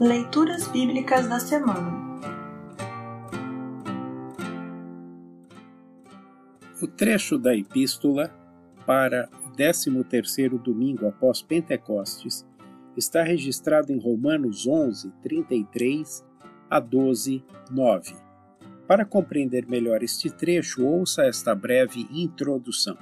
Leituras Bíblicas da Semana. O trecho da Epístola para o 13º domingo após Pentecostes está registrado em Romanos 11, 33 a 12, 9. Para compreender melhor este trecho, ouça esta breve introdução.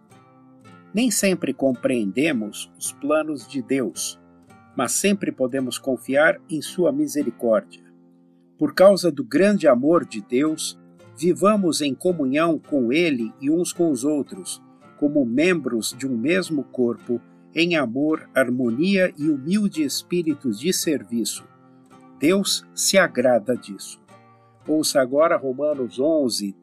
Nem sempre compreendemos os planos de Deus, mas sempre podemos confiar em sua misericórdia. Por causa do grande amor de Deus, vivamos em comunhão com Ele e uns com os outros, como membros de um mesmo corpo, em amor, harmonia e humilde espírito de serviço. Deus se agrada disso. Ouça agora Romanos 11,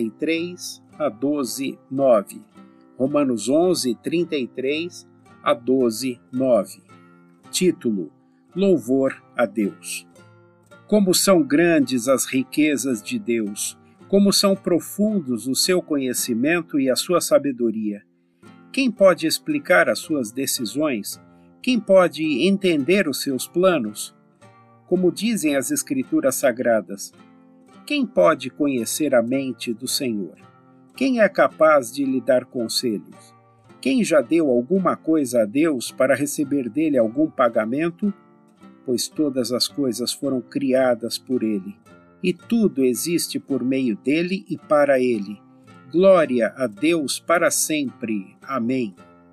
33 a 12, 9. Romanos 11, 33 a 12, 9. Título: Louvor a Deus. Como são grandes as riquezas de Deus, como são profundos o seu conhecimento e a sua sabedoria. Quem pode explicar as suas decisões? Quem pode entender os seus planos? Como dizem as Escrituras Sagradas, quem pode conhecer a mente do Senhor? Quem é capaz de lhe dar conselhos? Quem já deu alguma coisa a Deus para receber dele algum pagamento? Pois todas as coisas foram criadas por ele, e tudo existe por meio dele e para ele. Glória a Deus para sempre. Amém.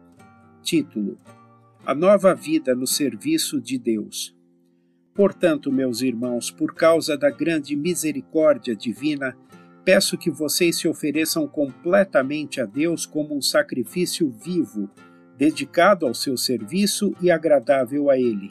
Título: A nova vida no serviço de Deus. Portanto, meus irmãos, por causa da grande misericórdia divina, peço que vocês se ofereçam completamente a Deus como um sacrifício vivo, dedicado ao seu serviço e agradável a Ele.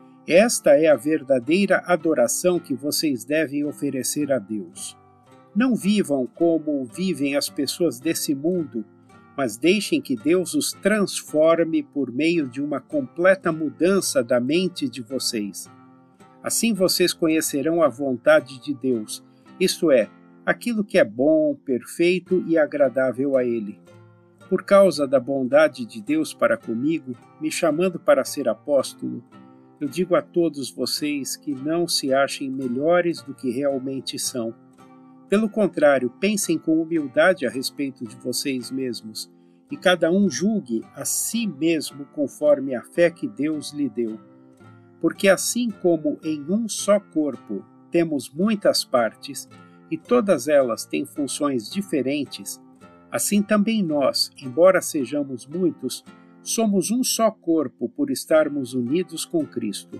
Esta é a verdadeira adoração que vocês devem oferecer a Deus. Não vivam como vivem as pessoas desse mundo, mas deixem que Deus os transforme por meio de uma completa mudança da mente de vocês. Assim vocês conhecerão a vontade de Deus, isto é, aquilo que é bom, perfeito e agradável a Ele. Por causa da bondade de Deus para comigo, me chamando para ser apóstolo, eu digo a todos vocês que não se achem melhores do que realmente são. Pelo contrário, pensem com humildade a respeito de vocês mesmos, e cada um julgue a si mesmo conforme a fé que Deus lhe deu. Porque assim como em um só corpo temos muitas partes, e todas elas têm funções diferentes, assim também nós, embora sejamos muitos, somos um só corpo por estarmos unidos com Cristo.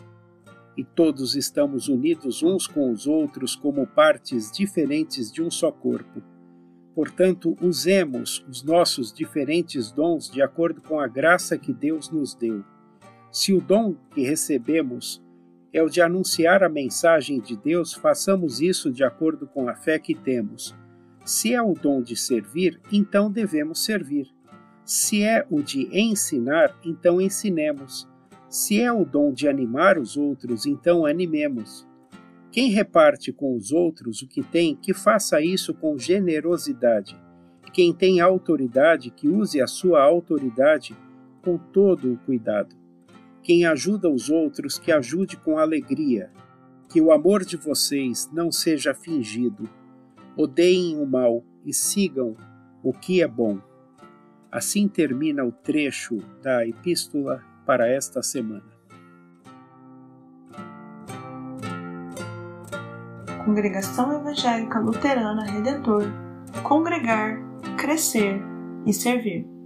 E todos estamos unidos uns com os outros como partes diferentes de um só corpo. Portanto, usemos os nossos diferentes dons de acordo com a graça que Deus nos deu. Se o dom que recebemos é o de anunciar a mensagem de Deus, façamos isso de acordo com a fé que temos. Se é o dom de servir, então devemos servir. Se é o de ensinar, então ensinemos. Se é o dom de animar os outros, então animemos. Quem reparte com os outros o que tem, que faça isso com generosidade. Quem tem autoridade, que use a sua autoridade com todo o cuidado. Quem ajuda os outros, que ajude com alegria. Que o amor de vocês não seja fingido. Odeiem o mal e sigam o que é bom. Assim termina o trecho da Epístola para esta semana. Congregação Evangélica Luterana Redentor. Congregar, crescer e servir.